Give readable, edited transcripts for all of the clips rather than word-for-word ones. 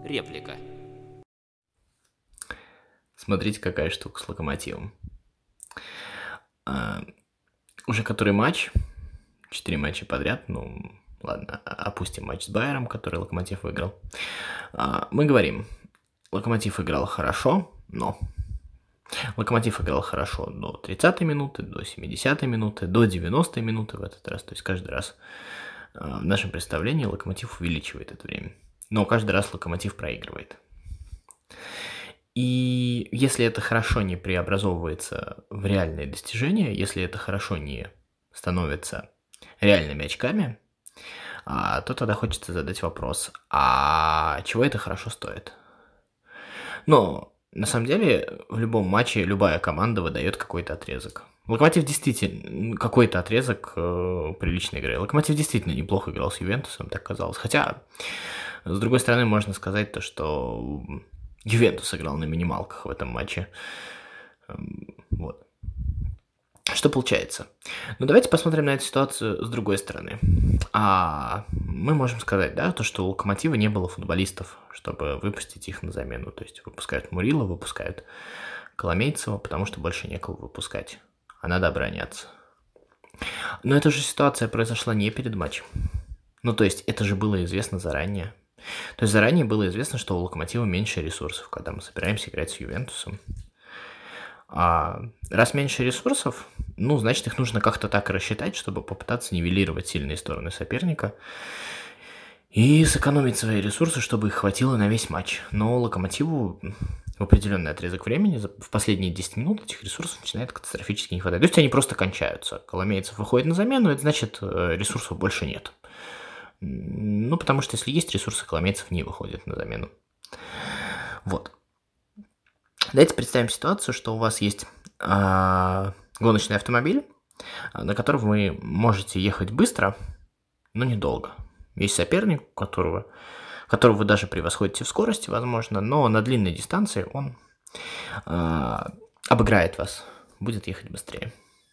Реплика. Смотрите, какая штука с Локомотивом. Уже который матч, 4 матча подряд, ну ладно, опустим матч с Байером, который Локомотив выиграл. Мы говорим, Локомотив играл хорошо, но Локомотив играл хорошо до 30-й минуты, до 70-й минуты, до 90-й минуты в этот раз. То есть каждый раз в нашем представлении Локомотив увеличивает это время. Но каждый раз Локомотив проигрывает. И если это хорошо не преобразовывается в реальные достижения, если это хорошо не становится реальными очками, то тогда хочется задать вопрос, а чего это хорошо стоит? Но на самом деле в любом матче любая команда выдает какой-то отрезок. Локомотив действительно какой-то отрезок приличной игры. Локомотив действительно неплохо играл с Ювентусом, так казалось. Хотя, с другой стороны, можно сказать то, что Ювентус играл на минималках в этом матче. Вот. Что получается? Ну, давайте посмотрим на эту ситуацию с другой стороны. Мы можем сказать, да, то, что у Локомотива не было футболистов, чтобы выпустить их на замену. То есть выпускают Мурила, выпускают Коломейцева, потому что больше некого выпускать. А надо обороняться. Но эта же ситуация произошла не перед матчем. Ну, то есть это же было известно заранее. То есть заранее было известно, что у Локомотива меньше ресурсов, когда мы собираемся играть с Ювентусом. А раз меньше ресурсов, ну, значит, их нужно как-то так рассчитать, чтобы попытаться нивелировать сильные стороны соперника и сэкономить свои ресурсы, чтобы их хватило на весь матч. Но Локомотиву в определенный отрезок времени, в последние 10 минут этих ресурсов начинает катастрофически не хватать. То есть они просто кончаются. Коломейцев выходит на замену, это значит, ресурсов больше нет. Ну, потому что если есть ресурсы, Коломейцев не выходит на замену. Вот. Давайте представим ситуацию, что у вас есть гоночный автомобиль, на котором вы можете ехать быстро, но недолго. Есть соперник, которого вы даже превосходите в скорости, возможно, но на длинной дистанции он обыграет вас, будет ехать быстрее.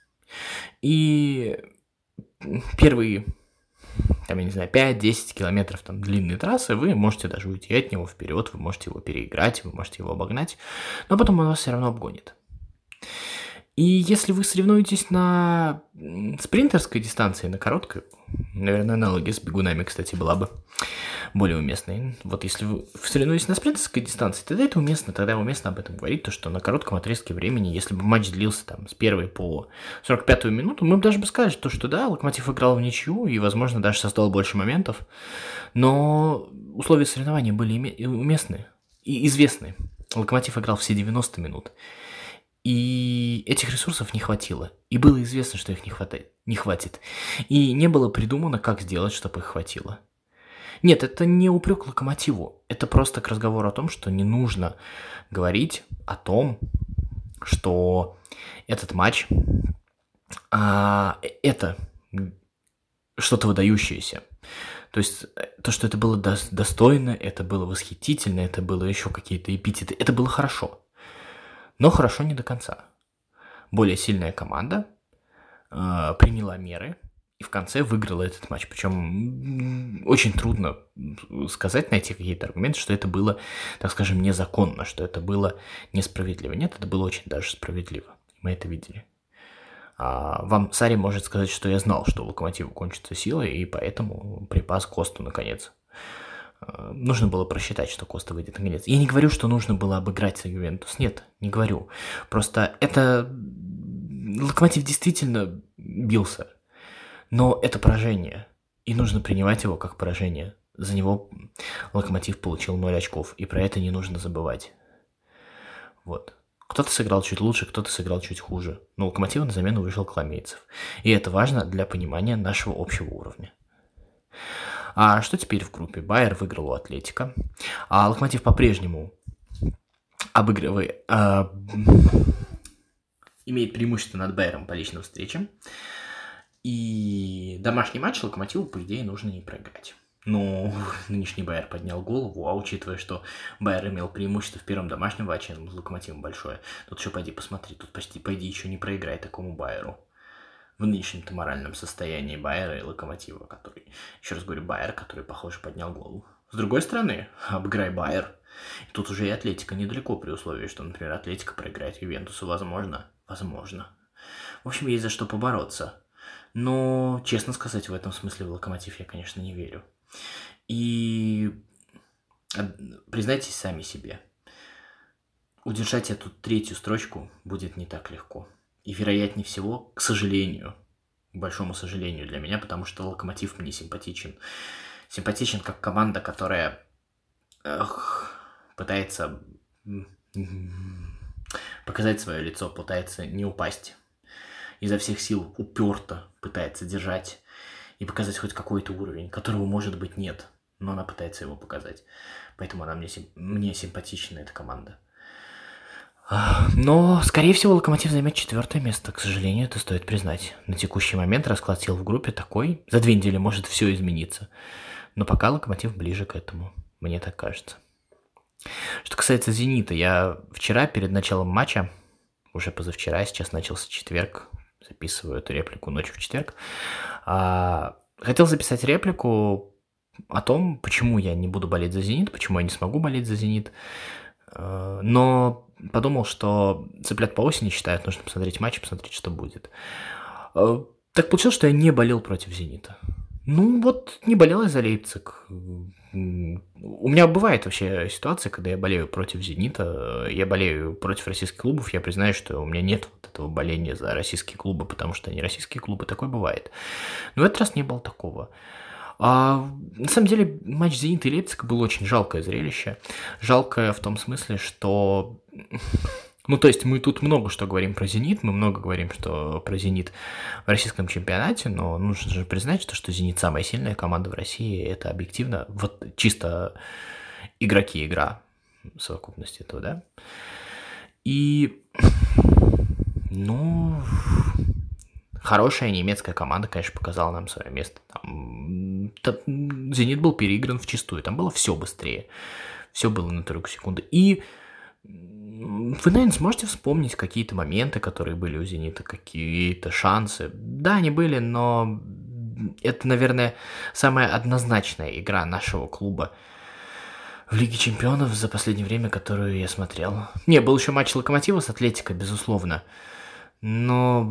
И первые, там, я не знаю, 5-10 километров там, длинной трассы, вы можете даже уйти от него вперед, вы можете его переиграть, вы можете его обогнать, но потом он вас все равно обгонит. И если вы соревнуетесь на спринтерской дистанции, на короткой, наверное, аналогия с бегунами, кстати, была бы более уместной. Вот если вы соревнуетесь на спринтерской дистанции, тогда это уместно, тогда уместно об этом говорить, то что на коротком отрезке времени, если бы матч длился там с 1 по 45 минуту, мы бы даже бы сказали, что да, Локомотив играл в ничью и, возможно, даже создал больше моментов, но условия соревнования были уместны и известны. Локомотив играл все 90 минут. И этих ресурсов не хватило. И было известно, что их не хватит. И не было придумано, как сделать, чтобы их хватило. Нет, это не упрек Локомотиву. Это просто к разговору о том, что не нужно говорить о том, что этот матч это что-то выдающееся. То есть то, что это было достойно, это было восхитительно, это было еще какие-то эпитеты, это было хорошо. Но хорошо не до конца. Более сильная команда приняла меры и в конце выиграла этот матч. Причем очень трудно сказать, найти какие-то аргументы, что это было, так скажем, незаконно, что это было несправедливо. Нет, это было очень даже справедливо. Мы это видели. Вам Сарри может сказать, что я знал, что у Локомотива кончится сила, и поэтому припас Косту наконец. Нужно было просчитать, что Коста выйдет наконец. Я не говорю, что нужно было обыграть Ювентус. Нет, не говорю. Просто это... Локомотив действительно бился. Но это поражение. И нужно принимать его как поражение. За него Локомотив получил 0 очков. И про это не нужно забывать. Вот. Кто-то сыграл чуть лучше, кто-то сыграл чуть хуже. Но Локомотиву на замену вышел Коломейцев. И это важно для понимания нашего общего уровня. А что теперь в группе? Байер выиграл у Атлетика, а Локомотив по-прежнему имеет преимущество над Байером по личным встречам. И домашний матч Локомотиву, по идее, нужно не проиграть. Но нынешний Байер поднял голову, а учитывая, что Байер имел преимущество в первом домашнем матче, с Локомотивом большое, тут еще пойди посмотри, тут почти пойди еще не проиграй такому Байеру. В нынешнем-то моральном состоянии Байера и Локомотива, который, еще раз говорю, Байер, который, похоже, поднял голову. С другой стороны, обыграй Байер. Тут уже и Атлетико недалеко, при условии, что, например, Атлетико проиграет Ювентусу, возможно. Возможно. В общем, есть за что побороться. Но, честно сказать, в этом смысле в Локомотив я, конечно, не верю. И признайтесь сами себе, удержать эту третью строчку будет не так легко. И, вероятнее всего, к сожалению, к большому сожалению для меня, потому что Локомотив мне симпатичен. Симпатичен как команда, которая пытается показать свое лицо, пытается не упасть. Изо всех сил уперто пытается держать и показать хоть какой-то уровень, которого, может быть, нет, но она пытается его показать. Поэтому она мне симпатична, эта команда. Но, скорее всего, Локомотив займет 4 место. К сожалению, это стоит признать. На текущий момент расклад сил в группе такой. За 2 недели может все измениться. Но пока Локомотив ближе к этому. Мне так кажется. Что касается «Зенита», я вчера перед началом матча, уже позавчера, сейчас начался четверг, записываю эту реплику ночью в четверг, хотел записать реплику о том, почему я не буду болеть за «Зенит», почему я не смогу болеть за «Зенит», но подумал, что цыплят по осени считают, нужно посмотреть матч, посмотреть, что будет. Так получилось, что я не болел против «Зенита». Ну вот, не болел я за Лейпциг. У меня бывает вообще ситуация, когда я болею против «Зенита», я болею против российских клубов, я признаю, что у меня нет вот этого боления за российские клубы, потому что они российские клубы, такое бывает. Но в этот раз не было такого. На самом деле, матч «Зенита» и Лейпцига было очень жалкое зрелище. Жалкое в том смысле, что... Ну, то есть мы тут много что говорим про «Зенит», мы много говорим что про «Зенит» в российском чемпионате, но нужно же признать, что «Зенит» самая сильная команда в России, это объективно, вот чисто игроки, игра в совокупности этого, да. И, ну, хорошая немецкая команда, конечно, показала нам свое место. Там «Зенит» был переигран вчистую, там было все быстрее, все было на только секунды. И вы, наверное, сможете вспомнить какие-то моменты, которые были у «Зенита», какие-то шансы. Да, они были, но это, наверное, самая однозначная игра нашего клуба в Лиге Чемпионов за последнее время, которую я смотрел. Не, был еще матч Локомотива с Атлетико, безусловно. Но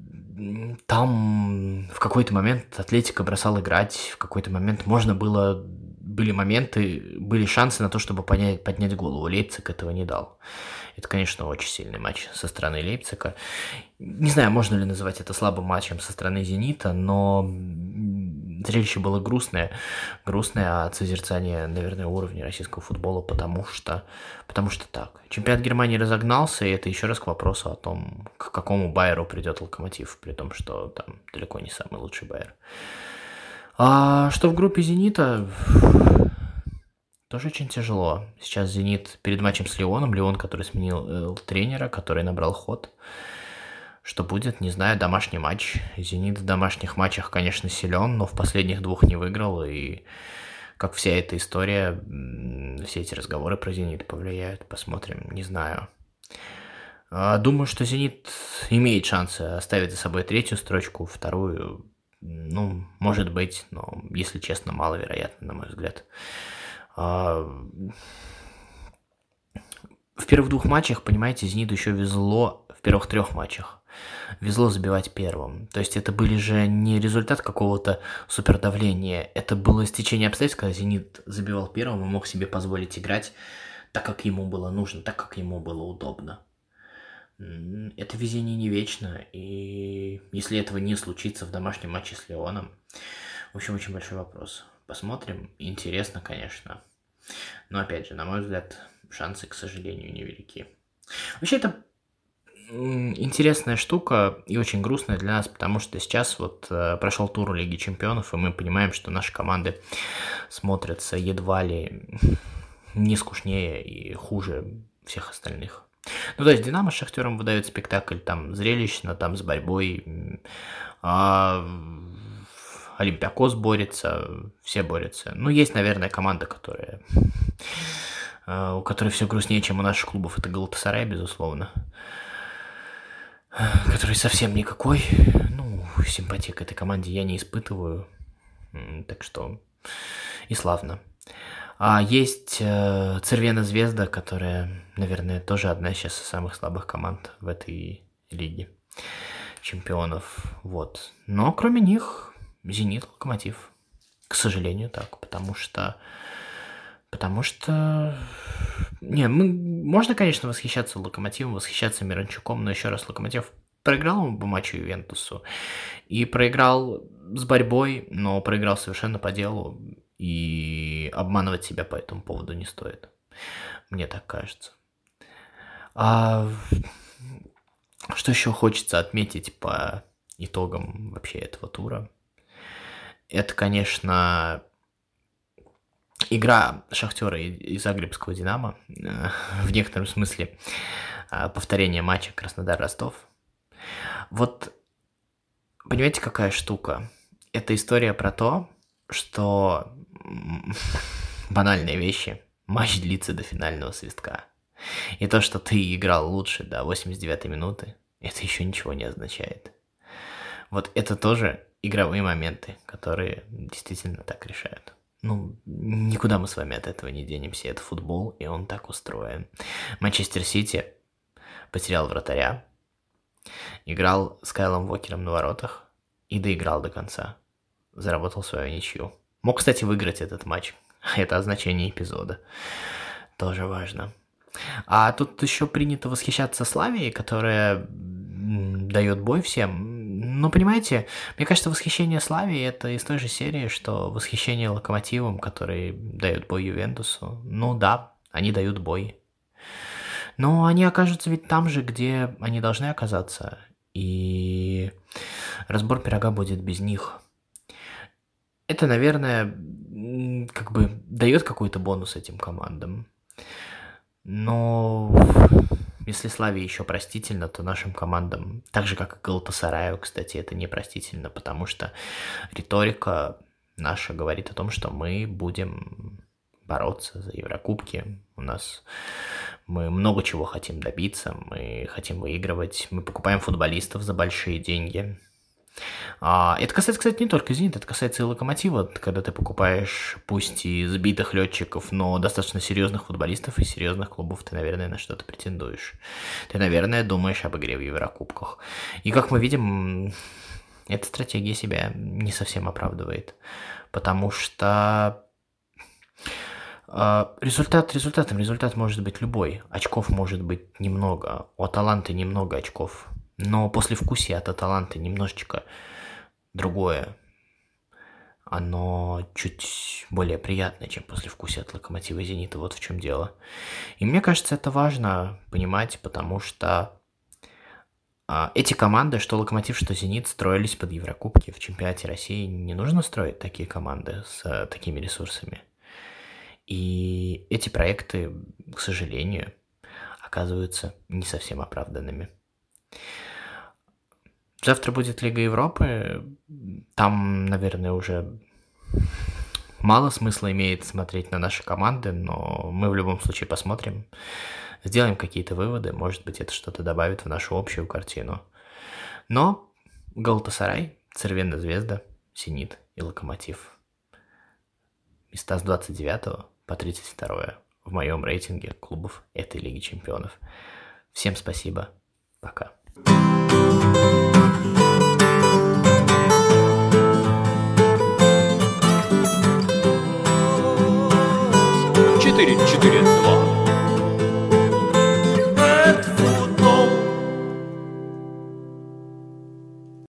там в какой-то момент Атлетико бросал играть, в какой-то момент были моменты, были шансы на то, чтобы поднять голову. Лейпциг этого не дал. Это, конечно, очень сильный матч со стороны Лейпцига. Не знаю, можно ли называть это слабым матчем со стороны «Зенита», но зрелище было грустное от созерцания, наверное, уровня российского футбола, потому что так. Чемпионат Германии разогнался, и это еще раз к вопросу о том, к какому Байеру придет Локомотив, при том, что там далеко не самый лучший Байер. А что в группе «Зенита»? Тоже очень тяжело. Сейчас «Зенит» перед матчем с Лионом. Лион, который сменил тренера, который набрал ход. Что будет, не знаю, домашний матч. «Зенит» в домашних матчах, конечно, силен, но в последних 2 не выиграл. И как вся эта история, все эти разговоры про «Зенит» повлияют. Посмотрим, не знаю. Думаю, что «Зенит» имеет шансы оставить за собой 3-ю строчку, 2-ю, ну, может быть, но, если честно, маловероятно, на мой взгляд. В первых 2 матчах, понимаете, «Зениту» еще везло, в первых 3 матчах везло забивать первым. То есть это были же не результат какого-то супердавления, это было стечение обстоятельств, когда «Зенит» забивал первым и мог себе позволить играть так, как ему было нужно, так, как ему было удобно. Это везение не вечно, и если этого не случится в домашнем матче с Лионом, в общем, очень большой вопрос. Посмотрим. Интересно, конечно. Но, опять же, на мой взгляд, шансы, к сожалению, невелики. Вообще, это интересная штука и очень грустная для нас, потому что сейчас вот прошел тур Лиги Чемпионов, и мы понимаем, что наши команды смотрятся едва ли не скучнее и хуже всех остальных. Ну, то есть «Динамо» с «Шахтером» выдает спектакль там зрелищно, там с борьбой, Олимпиакос борется, все борются. Ну, есть, наверное, команда, у которой все грустнее, чем у наших клубов. Это Галатасарай, безусловно. Который совсем никакой. Ну, симпатии к этой команде я не испытываю. Так что и славно. Есть Цервена Звезда, которая, наверное, тоже одна сейчас из самых слабых команд в этой лиге чемпионов. Вот. Но кроме них Зенит, Локомотив. К сожалению, так. Потому что... Не, можно, конечно, восхищаться Локомотивом, восхищаться Миранчуком, но еще раз, Локомотив проиграл по матчу Ювентусу. И проиграл с борьбой, но проиграл совершенно по делу. И обманывать себя по этому поводу не стоит. Мне так кажется. Что еще хочется отметить по итогам вообще этого тура? Это, конечно, игра Шахтера и Загребского Динамо. В некотором смысле повторение матча Краснодар-Ростов. Вот, понимаете, какая штука? Это история про то, что банальные вещи. Матч длится до финального свистка. И то, что ты играл лучше до 89-й минуты, это еще ничего не означает. Вот это тоже игровые моменты, которые действительно так решают. Никуда мы с вами от этого не денемся. Это футбол, и он так устроен. Манчестер Сити потерял вратаря, играл с Кайлом Уокером на воротах и доиграл до конца. Заработал свою ничью. Мог, кстати, выиграть этот матч. Это значение эпизода. Тоже важно. А тут еще принято восхищаться Славией, которая дает бой всем. Но, понимаете, мне кажется, восхищение Славией это из той же серии, что восхищение Локомотивом, который дает бой Ювентусу. Ну да, они дают бой. Но они окажутся ведь там же, где они должны оказаться. И разбор пирога будет без них. Это, наверное, как бы дает какой-то бонус этим командам. Но если Славе еще простительно, то нашим командам, так же как и Галатасараю, кстати, это непростительно, потому что риторика наша говорит о том, что мы будем бороться за Еврокубки. Мы много чего хотим добиться, мы хотим выигрывать, мы покупаем футболистов за большие деньги. Это касается, кстати, не только «Зенита», это касается и «Локомотива», когда ты покупаешь, пусть и сбитых летчиков, но достаточно серьезных футболистов и серьезных клубов, ты, наверное, на что-то претендуешь. Ты, наверное, думаешь об игре в Еврокубках. И, как мы видим, эта стратегия себя не совсем оправдывает, потому что результат может быть любой, очков может быть немного, у Аталанты немного очков. Но послевкусие от Аталанты немножечко другое. Оно чуть более приятное, чем послевкусие от Локомотива и Зенита. Вот в чем дело. И мне кажется, это важно понимать, потому что эти команды, что Локомотив, что Зенит, строились под Еврокубки. В чемпионате России не нужно строить такие команды с такими ресурсами. И эти проекты, к сожалению, оказываются не совсем оправданными. Завтра будет Лига Европы. Там, наверное, уже мало смысла имеет смотреть на наши команды, но мы в любом случае посмотрим, сделаем какие-то выводы, может быть, это что-то добавит в нашу общую картину. Но Галатасарай, Цервена Звезда, Зенит и Локомотив. Места с 29 по 32 в моем рейтинге клубов этой Лиги Чемпионов. Всем спасибо. Пока. 4-4-2.